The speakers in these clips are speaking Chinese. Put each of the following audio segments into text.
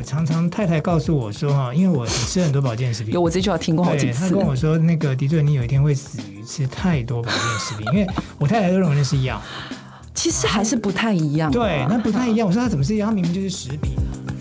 常常太太告诉我说因为我吃很多保健食品， 有我这句话听过好几次。 她跟我说那个的确你有一天会死于吃太多保健食品，因为我太太都认为那是药， 其实还是不太一样。 对，那不太一样。我说它怎么是药？它明明就是食品。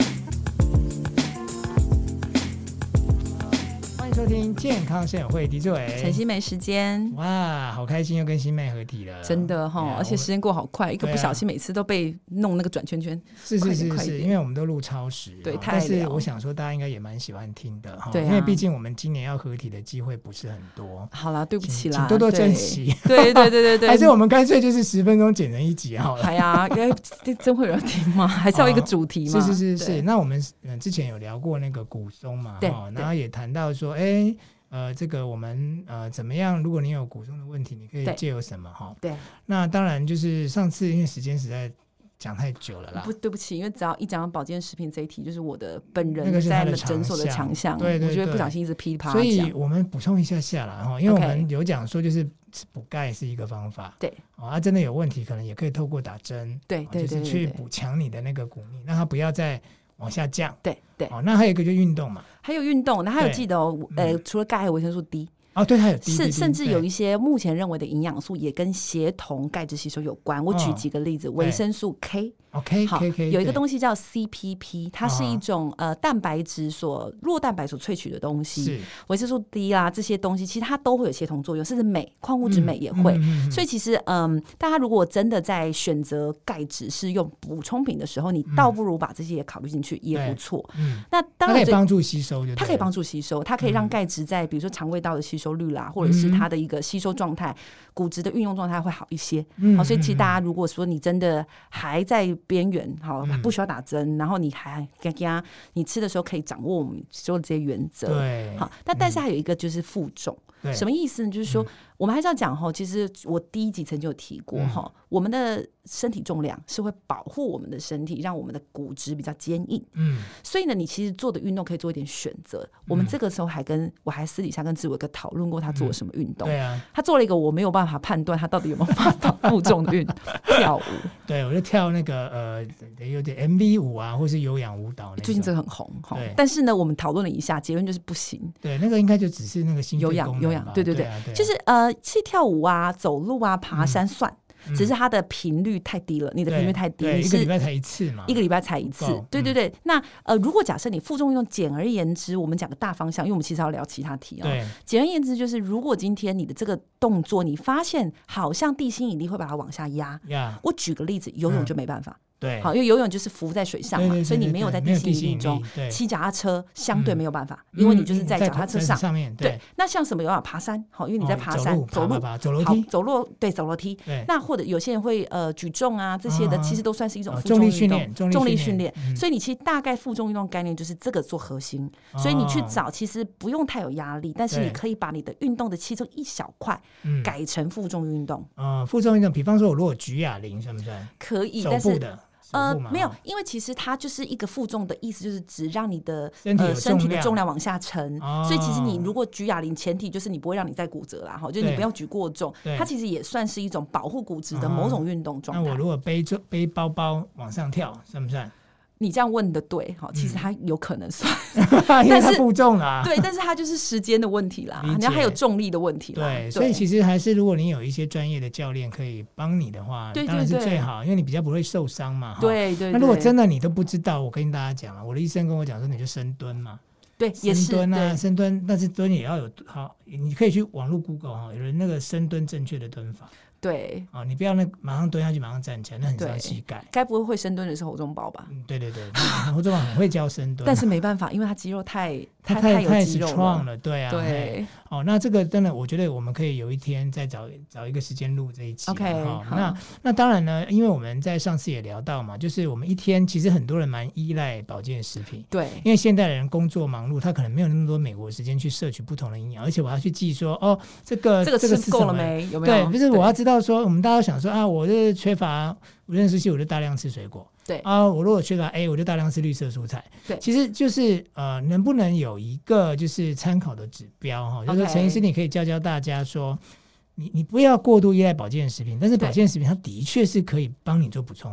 收听健康生友会，狄志伟、 陈欣湄时间， 哇，好开心又跟欣湄合体了， 真的而且时间过好快，一个不小心每次都被弄那个转圈圈。 是，因为我们都录超时， 对， 但是我想说大家应该也蛮喜欢听的， 对， 因为毕竟我们今年要合体的机会不是很多。 好啦，对不起啦， 请多多珍惜。 对， 还是我们干脆就是10分钟剪成一集好了。 哎呀，真会有人听吗？还是要一个主题吗？ 是。那我们之前有聊过那个骨松嘛， 对， 然后也谈到说，这个我们怎么样？如果你有骨松的问题，你可以借由什么哈？ 对。 那当然就是上次因为时间实在讲太久了啦。 对不起，因为只要一讲到保健食品这一题，就是我的本人在诊所的强项。 对， 我觉得不小心一直噼里啪啦所以我们补充一下啦哈，因为我们有讲说就是补钙是一个方法。 对。 真的有问题，可能也可以透过打针。 对， 就是去补强你的那个骨密，让它不要再往下降。 对。 那还有一个就是运动嘛。 还有运动，那还有记得除了钙还有维生素 D。 对，它有 D， 甚至有一些目前认为的营养素也跟协同钙质吸收有关。我举几个例子，维生素 K。好，有一个东西叫 CPP， 它是一种蛋白质弱蛋白所萃取的东西。维生素 D 啦，这些东西其实它都会有协同作用，甚至镁，矿物质镁也会。所以其实大家如果真的在选择钙质是用补充品的时候，你倒不如把这些也考虑进去，也不错。那当然它可以帮助吸收， 它可以帮助吸收，它可以让钙质在比如说肠胃道的吸收率啦，或者是它的一个吸收状态、骨质的运用状态会好一些。所以其实大家如果说你真的还在边缘，不需要打针，然后你还你吃的时候可以掌握我们说的这些原则。 对， 好，但是还有一个就是负重。什么意思呢？就是说我们还是要讲其实我第一集曾经有提过我们的身体重量是会保护我们的身体，让我们的骨质比较坚硬。所以呢，你其实做的运动可以做一点选择。我们这个时候我还私底下跟志伟哥讨论过他做了什么运动。 对啊， 他做了一个我没有办法判断他到底有没有办法负重的运动，跳舞。 对，我就跳那个有点 MV 舞啊，或是有氧舞蹈那种。 最近这个很红但是呢，我们讨论了一下，结论就是不行。 对，那个应该就只是那个心肺功能吧。 有氧，对，就是去跳舞啊、走路啊、爬山算。只是它的频率太低了，你的频率太低， 一个礼拜才一次嘛， 一个礼拜才一次。对。那如果假设你负重运动，简而言之，我们讲个大方向，因为我们其实要聊其他题简而言之，就是如果今天你的这个动作，你发现好像地心引力会把它往下压，我举个例子，游泳就没办法。 对， 好，因为游泳就是浮在水上嘛，所以你没有在地心引力中。骑脚踏车相对没有办法，因为你就是在脚踏车上面。 对，那像什么有氧爬山，好，因为你在爬山走路走楼梯， 走楼梯。那或者有些人会举重啊这些的，其实都算是一种负重运动，重力训练。所以你其实大概负重运动概念就是这个做核心，所以你去找其实不用太有压力，但是你可以把你的运动的其中一小块改成负重运动。 负重运动，比方说我如果举哑铃算不算？ 可以， 手部的。 没有，因为其实它就是一个负重的意思，就是只让你的身体的重量往下沉。所以其实你如果举哑铃，前提就是你不会让你再骨折啦，就是你不要举过重。它其实也算是一种保护骨质的某种运动状态。 那我如果背包包往上跳，算不算？ 你这样问的对，其实它有可能算， 因为它负重啦。 对，但是它就是时间的问题啦，你要还有重力的问题啦。 对，所以其实还是如果你有一些专业的教练可以帮你的话，当然是最好，因为你比较不会受伤嘛。 对。 那如果真的你都不知道，我跟大家讲了，我的医生跟我讲说，你就深蹲嘛。 对，也是深蹲啊，深蹲，但是蹲也要有好，你可以去网络 Google 有人那个深蹲正确的蹲法。 对你不要马上蹲下去马上站起来，那很伤膝盖。 该不会深蹲的是侯忠宝吧？ 对，侯忠宝很会教深蹲， 但是没办法，因为他肌肉太有肌肉了。对啊，对。那这个真的，我觉得我们可以有一天再找一个时间录这一期。 OK， 那当然呢，因为我们在上次也聊到嘛，就是我们一天其实很多人蛮依赖保健食品。 对， 因为现代人工作忙碌，他可能没有那么多美国时间去摄取不同的营养，而且我要去记说这个吃够了没？有没有？ 对，不是我要知道说，我们大家想说我这缺乏维生素 C， 我就大量吃水果。 对我如果缺乏 A， 我就大量吃绿色蔬菜。 对， 其实就是能不能有一个就是参考的指标就是说陈医师你可以教大家说，你不要过度依赖保健食品，但是保健食品它的确是可以帮你做补充。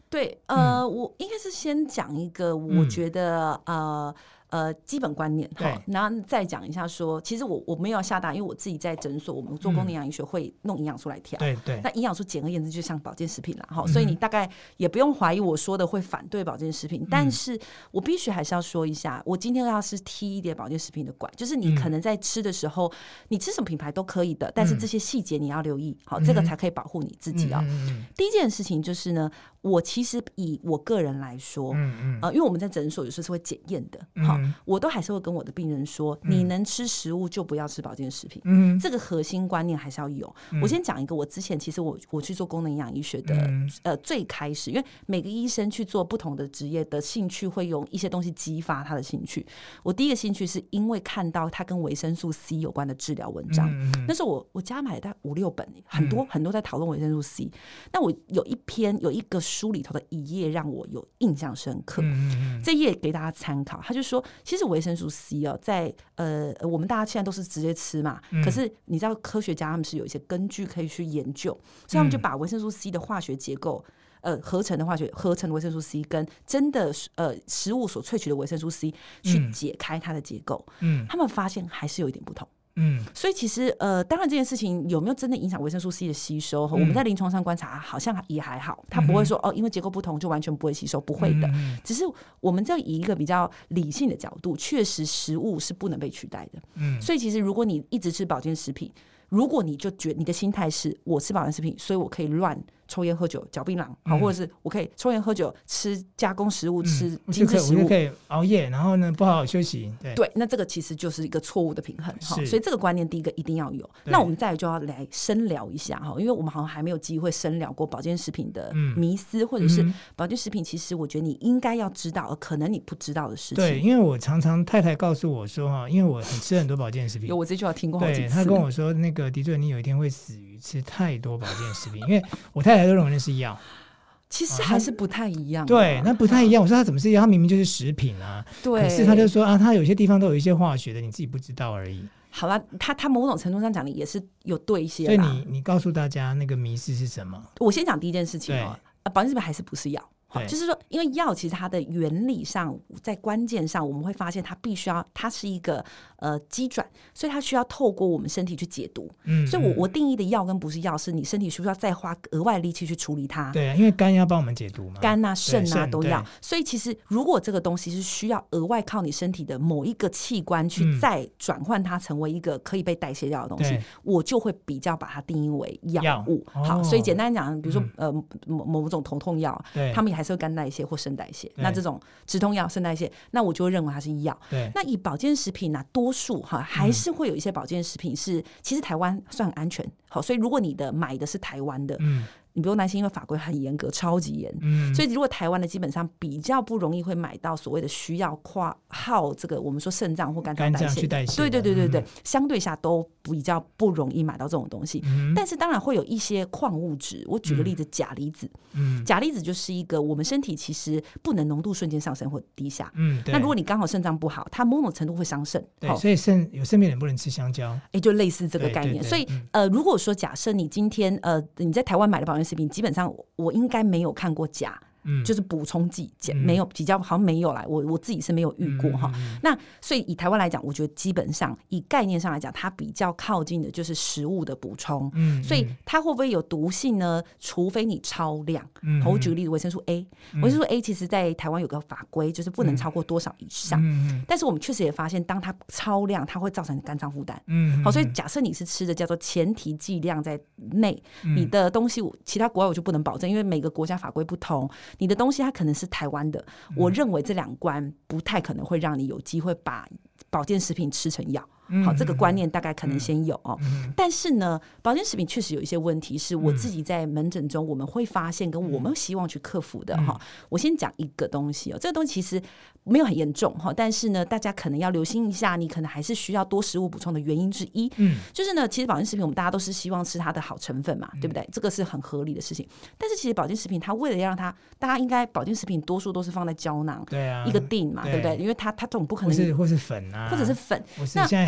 对，我应该是先讲一个，我觉得基本观念，然后再讲一下说，其实我没有要下达，因为我自己在诊所，我们做功能营养医学会弄营养素来调， 对， 那营养素简而言之就像保健食品啦，所以你大概也不用怀疑我说的会反对保健食品，但是我必须还是要说一下，我今天要是踢一点保健食品的管，就是你可能在吃的时候，你吃什么品牌都可以的，但是这些细节你要留意，好，这个才可以保护你自己啊。第一件事情就是呢，我其实以我个人来说，因为我们在诊所有时候是会检验的，我都还是会跟我的病人说，你能吃食物就不要吃保健食品，这个核心观念还是要有。我先讲一个，我之前其实我去做功能营养医学的，最开始，因为每个医生去做不同的职业的兴趣会用一些东西激发他的兴趣。我第一个兴趣是因为看到他跟维生素 C 有关的治疗文章，那时候我家买了大概5-6本，很多在讨论维生素 C。那我有一个书里头的一页让我有印象深刻，这页给大家参考。他就说，其实维生素 C 在我们大家现在都是直接吃嘛，可是你知道科学家他们是有一些根据可以去研究，所以他们就把维生素 C 的化学结构。合成的维生素 C 跟真的食物所萃取的维生素 C 去解开它的结构，他们发现还是有一点不同。所以其实当然这件事情有没有真的影响维生素 C 的吸收，我们在临床上观察好像也还好，它不会说因为结构不同就完全不会吸收，不会的。只是我们这以一个比较理性的角度，确实食物是不能被取代的。所以其实如果你一直吃保健食品，如果你就觉得你的心态是我吃保健食品，所以我可以乱抽烟喝酒嚼槟榔，或者是我可以抽烟喝酒吃加工食物，吃精致食物， 我就可以熬夜，然后呢不好好休息。 对，那这个其实就是一个错误的平衡，所以这个观念第一个一定要有。那我们再来就要来深聊一下，因为我们好像还没有机会深聊过保健食品的迷思，或者是保健食品其实我觉得你应该要知道而可能你不知道的事情。 对，因为我常常太太告诉我说，因为我吃很多保健食品， 有我这句话听过好几次， 她跟我说那个的确你有一天会死于吃太多保健食品，因为我太太都认为那是药， 其实还是不太一样。 对，那不太一样。我说它怎么是药？它明明就是食品啊。对，可是他就说它有些地方都有一些化学的，你自己不知道而已。 好了，他某种程度上讲的也是有对一些啦。 所以你告诉大家那个迷思是什么？ 我先讲第一件事情保健食品还是不是药？就是说，因为药其实它的原理上，在关键上，我们会发现它必须要，它是一个机转，所以它需要透过我们身体去解毒。所以我定义的药跟不是药，是你身体需不需要再花额外力气去处理它？ 对啊，因为肝要帮我们解毒嘛， 肝啊、肾啊都要。所以其实如果这个东西是需要额外靠你身体的某一个器官去再转换它成为一个可以被代谢掉的东西，我就会比较把它定义为药物。好，所以简单讲，比如说某种头痛药，他们也还是会肝代谢或肾代谢，那这种止痛药、肾代谢，那我就会认为它是药。那以保健食品多数还是会有一些保健食品是其实台湾算很安全，好，所以如果你买的是台湾的，你不用担心，因为法规很严格，超级严，所以如果台湾的基本上比较不容易会买到所谓的需要耗这个我们说肾脏或肝脏代谢，对，相对下都比较不容易买到这种东西。但是当然会有一些矿物质，我举个例子，钾离子，钾离子就是一个我们身体其实不能浓度瞬间上升或低下，那如果你刚好肾脏不好，它某种程度会伤肾， 对，所以有肾病人不能吃香蕉， 就类似这个概念。所以如果说假设你今天你在台湾买的保健食品，基本上我应该没有看过钾，就是补充剂，没有比较好像没有啦，我自己是没有遇过哈。那所以以台湾来讲，我觉得基本上以概念上来讲，它比较靠近的就是食物的补充，所以它会不会有毒性呢？除非你超量。我举个例子，维生素 A， 维生素 A 其实在台湾有个法规，就是不能超过多少以上。但是我们确实也发现，当它超量，它会造成肝脏负担。好，所以假设你是吃的叫做前提剂量在内，你的东西其他国外我就不能保证，因为每个国家法规不同。你的东西它可能是台湾的，我认为这两关不太可能会让你有机会把保健食品吃成药。好，这个观念大概可能先有但是呢，保健食品确实有一些问题是我自己在门诊中我们会发现跟我们希望去克服的我先讲一个东西这个东西其实没有很严重但是呢，大家可能要留心一下，你可能还是需要多食物补充的原因之一。就是呢，其实保健食品我们大家都是希望吃它的好成分嘛，对不对？这个是很合理的事情。但是其实保健食品它为了要让它，大家应该保健食品多数都是放在胶囊，对啊，一个锭嘛，对不对？因为它总不可能或是粉啊， 或者是粉。 我是现在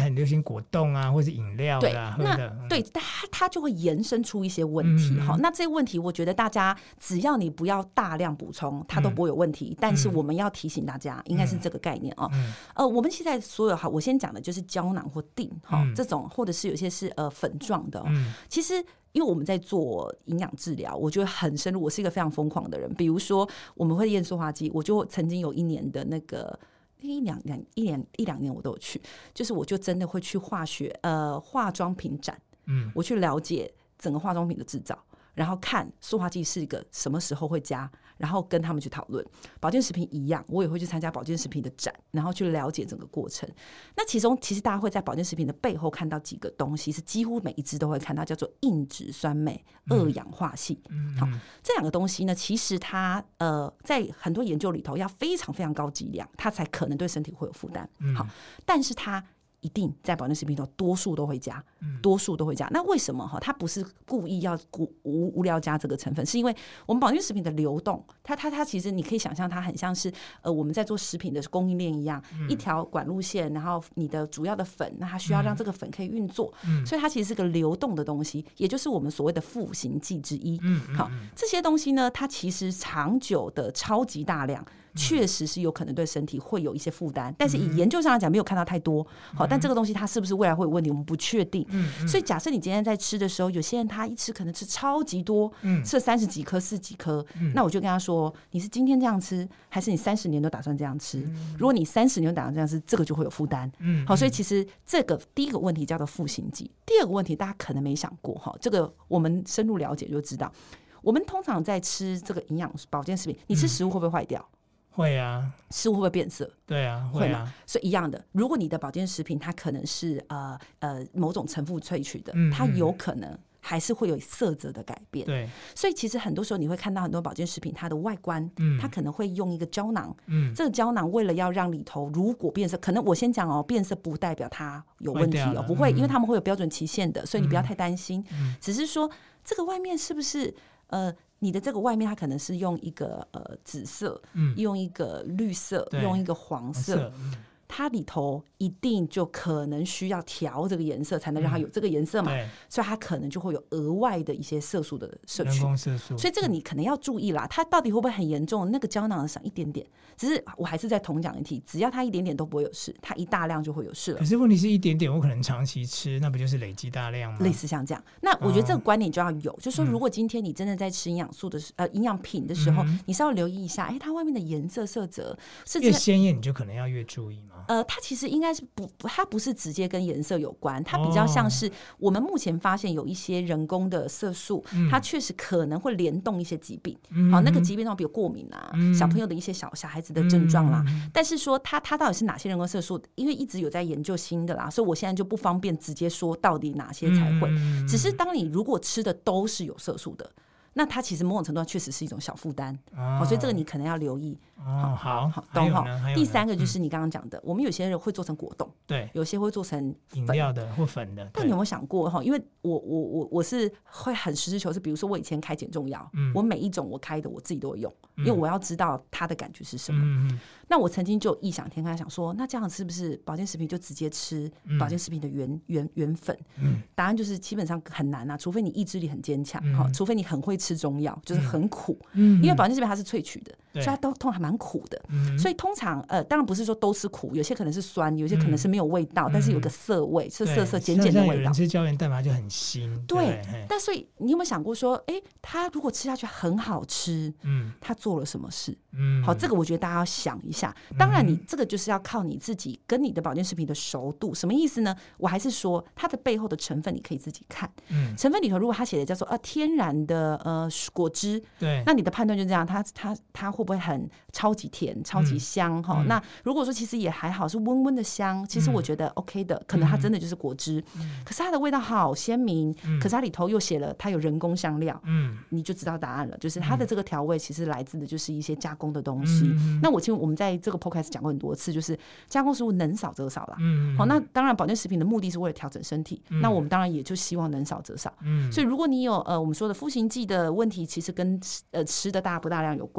很流行果冻啊，或是饮料啦喝的， 对，它就会延伸出一些问题。那这些问题我觉得大家只要你不要大量补充，它都不会有问题。但是我们要提醒大家，应该是这个概念我们现在所有我先讲的就是胶囊或锭这种，或者是有些是粉状的其实因为我们在做营养治疗，我觉得很深入。我是一个非常疯狂的人，比如说我们会验塑化剂，我就曾经有1年的那个一两年我都有去，就是我就真的会去化妆品展，我去了解整个化妆品的制造，然后看塑化剂是一个什么时候会加，然后跟他们去讨论。保健食品一样，我也会去参加保健食品的展，然后去了解整个过程。那其中其实大家会在保健食品的背后看到几个东西，是几乎每一支都会看到，叫做硬质酸镁、二氧化硒。好，这2个东西呢，其实它在很多研究里头要非常非常高剂量，它才可能对身体会有负担。好，但是它一定在保健食品里头多数都会加，那为什么它不是故意要无聊加这个成分？是因为我们保健食品的流动，它其实你可以想象它很像是我们在做食品的供应链一样，一条管路线，然后你的主要的粉，那它需要让这个粉可以运作，所以它其实是个流动的东西，也就是我们所谓的赋形剂之一。好，这些东西呢，它其实长久的超级大量，确实是有可能对身体会有一些负担，但是以研究上来讲没有看到太多。好，但这个东西它是不是未来会有问题，我们不确定。所以假设你今天在吃的时候，有些人他一吃可能吃超级多，吃了30几颗、40几颗，那我就跟他说，你是今天这样吃，还是你30年都打算这样吃？如果你30年都打算这样吃，这个就会有负担。好，所以其实这个第一个问题叫做赋形剂，第二个问题大家可能没想过，这个我们深入了解就知道，我们通常在吃这个营养保健食品，你吃食物会不会坏掉？ 会啊。 食物会不会变色？ 对啊，会啊。 所以一样的，如果你的保健食品它可能是某种成分萃取的，它有可能还是会有色泽的改变。 对， 所以其实很多时候你会看到很多保健食品，它的外观，它可能会用一个胶囊，这个胶囊为了要让里头如果变色，可能我先讲变色不代表它有问题不会，因为他们会有标准期限的，所以你不要太担心。只是说这个外面是不是你的这个外面它可能是用一个紫色，用一个绿色，用一个黄色，它里头一定就可能需要调这个颜色才能让它有这个颜色嘛，所以它可能就会有额外的一些色素的摄取， 人工色素， 所以这个你可能要注意啦，它到底会不会很严重？那个胶囊少一点点，只是我还是在同讲一题，只要它一点点都不会有事，它一大量就会有事了。 可是问题是一点点，我可能长期吃，那不就是累积大量吗？ 类似像这样，那我觉得这个观念就要有，就是说，如果今天你真的在吃营养素的营养品的时候，你稍微留意一下，它外面的颜色色泽是越鲜艳，你就可能要越注意吗？ 它其实应该是它不是直接跟颜色有关，它比较像是我们目前发现有一些人工的色素，它确实可能会联动一些疾病。好，那个疾病比如过敏啊，小朋友的一些小孩子的症状啦。但是说它到底是哪些人工色素，因为一直有在研究新的啦，所以我现在就不方便直接说到底哪些才会。只是当你如果吃的都是有色素的，那它其实某种程度上确实是一种小负担，所以这个你可能要留意。 好， 懂哈。第三个就是你刚刚讲的，我们有些人会做成果冻， 对， 有些会做成饮料的或粉的。 但你有没有想过哈？因为我是会很实事求是，比如说我以前开减重药，我每一种我开的我自己都会用，因为我要知道它的感觉是什么。那我曾经就异想天开想说，那这样是不是保健食品就直接吃保健食品的原粉？答案就是基本上很难啊，除非你意志力很坚强，除非你很会吃中药，就是很苦，因为保健食品它是萃取的，所以它都通常蛮苦的。所以通常当然不是说都吃苦，有些可能是酸，有些可能是没有味道，但是有个涩味，是涩涩碱碱的味道。 有人吃胶原蛋白就很腥。 对，但所以你有没有想过说，它如果吃下去很好吃，它做了什么事？好，这个我觉得大家要想一下。当然，你这个就是要靠你自己跟你的保健食品的熟度。什么意思呢？我还是说，它的背后的成分你可以自己看。成分里头如果它写的叫做天然的果汁， 对， 那你的判断就这样，它会不会很超级甜、超级香？那如果说其实也还好，是温温的香，其实我觉得 OK 的，可能它真的就是果汁。可是它的味道好鲜明，可是它里头又写了它有人工香料，你就知道答案了，就是它的这个调味其实来自的就是一些加工的东西。那我们在这个 podcast 讲过很多次，就是加工食物能少则少啦。好，那当然保健食品的目的是为了调整身体，那我们当然也就希望能少则少。所以如果你有我们说的赋形剂的问题，其实跟吃的大不大量有关。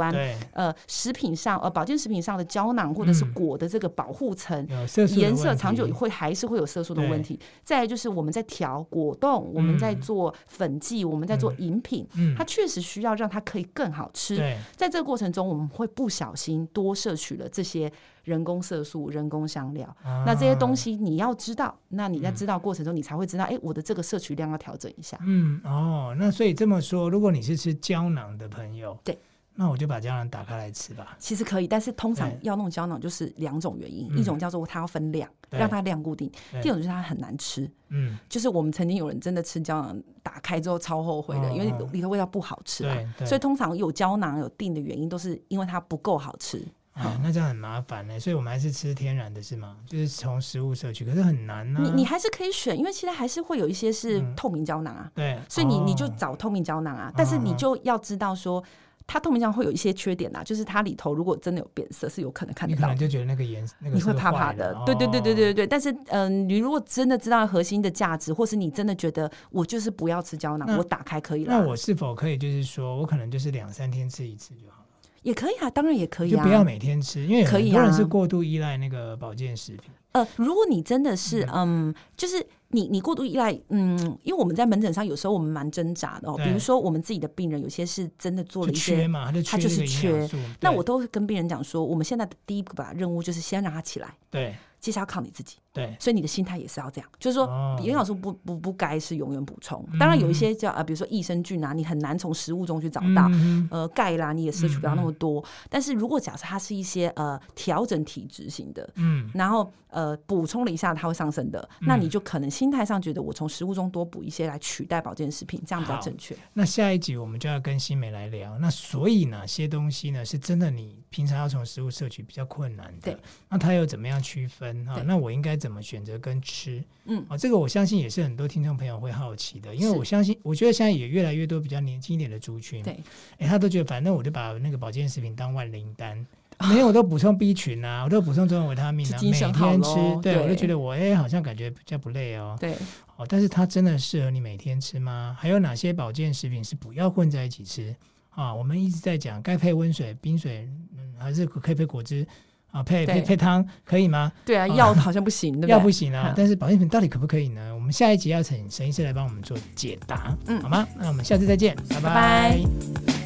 食品上保健食品上的胶囊或者是果的这个保护层颜色长久还是会有色素的问题。再来就是我们在调果冻，我们在做粉剂，我们在做饮品，它确实需要让它可以更好吃。在这个过程中，我们会不小心多摄取了这些人工色素、人工香料。那这些东西你要知道，那你在知道过程中，你才会知道，我的这个摄取量要调整一下。 那所以这么说，如果你是吃胶囊的朋友， 对， 那我就把胶囊打开来吃吧。 其实可以，但是通常要弄胶囊就是2种原因，一种叫做它要分量，让它量固定；第二种就是它很难吃。就是我们曾经有人真的吃胶囊打开之后超后悔的，因为里头味道不好吃啊。所以通常有胶囊有定的原因，都是因为它不够好吃。 那这样很麻烦呢，所以我们还是吃天然的是吗？就是从食物摄取，可是很难啊。 你还是可以选，因为其实还是会有一些是透明胶囊啊。 对， 所以你就找透明胶囊啊。但是你就要知道说，它透明胶囊会有一些缺点啦，就是它里头如果真的有变色，是有可能看得到。 你可能就觉得那个颜色， 你会怕怕的。对。但是你如果真的知道核心的价值，或是你真的觉得我就是不要吃胶囊，我打开可以了。 那我是否可以就是说我可能就是2-3天吃一次就好？ 也可以啊，当然也可以啊， 就不要每天吃，因为很多人是过度依赖那个保健食品。 如果你真的是就是你过度依赖，因为我们在门诊上有时候我们蛮挣扎的比如说我们自己的病人有些是真的做了一些缺嘛，他就是缺， 那我都会跟病人讲说，我们现在的第一个任务就是先让他起来， 对， 接下来要靠你自己。 对， 所以你的心态也是要这样，就是说营养素不该是永远补充。当然有一些叫比如说益生菌啊，你很难从食物中去找到，钙啦你也摄取不到那么多。但是如果假设它是一些调整体质型的，然后补充了一下它会上升的，那你就可能心态上觉得我从食物中多补一些来取代保健食品，这样比较正确。 那下一集我们就要跟欣湄来聊，那所以哪些东西呢是真的你平常要从食物摄取比较困难的？那它又怎么样区分？那我应该怎么选择跟吃？这个我相信也是很多听众朋友会好奇的，因为我觉得现在也越来越多比较年轻一点的族群，他都觉得反正我就把那个保健食品当万灵丹，没有我都补充 B 群啊，我都补充中维他命啊，每天吃，对，我就觉得我好像感觉比较不累哦。 对， 但是它真的适合你每天吃吗？还有哪些保健食品是不要混在一起吃啊？我们一直在讲该配温水、冰水，还是可以配果汁。配汤可以吗？ 对啊，药好像不行，对不对？ 药不行啊，但是保健品到底可不可以呢？我们下一集要请沈医师来帮我们做解答，好吗？那我们下次再见，拜拜。